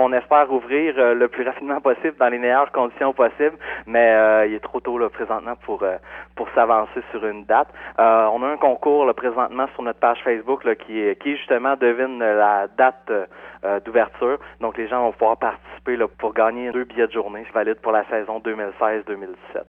on espère ouvrir le plus rapidement possible dans les meilleures conditions possibles, mais il est trop tôt là présentement pour s'avancer sur une date. On a un concours là, présentement sur notre page Facebook là, qui justement devine la date d'ouverture. Donc les gens vont pouvoir participer là, pour gagner 2 billets de journée valides pour la saison 2016-2017.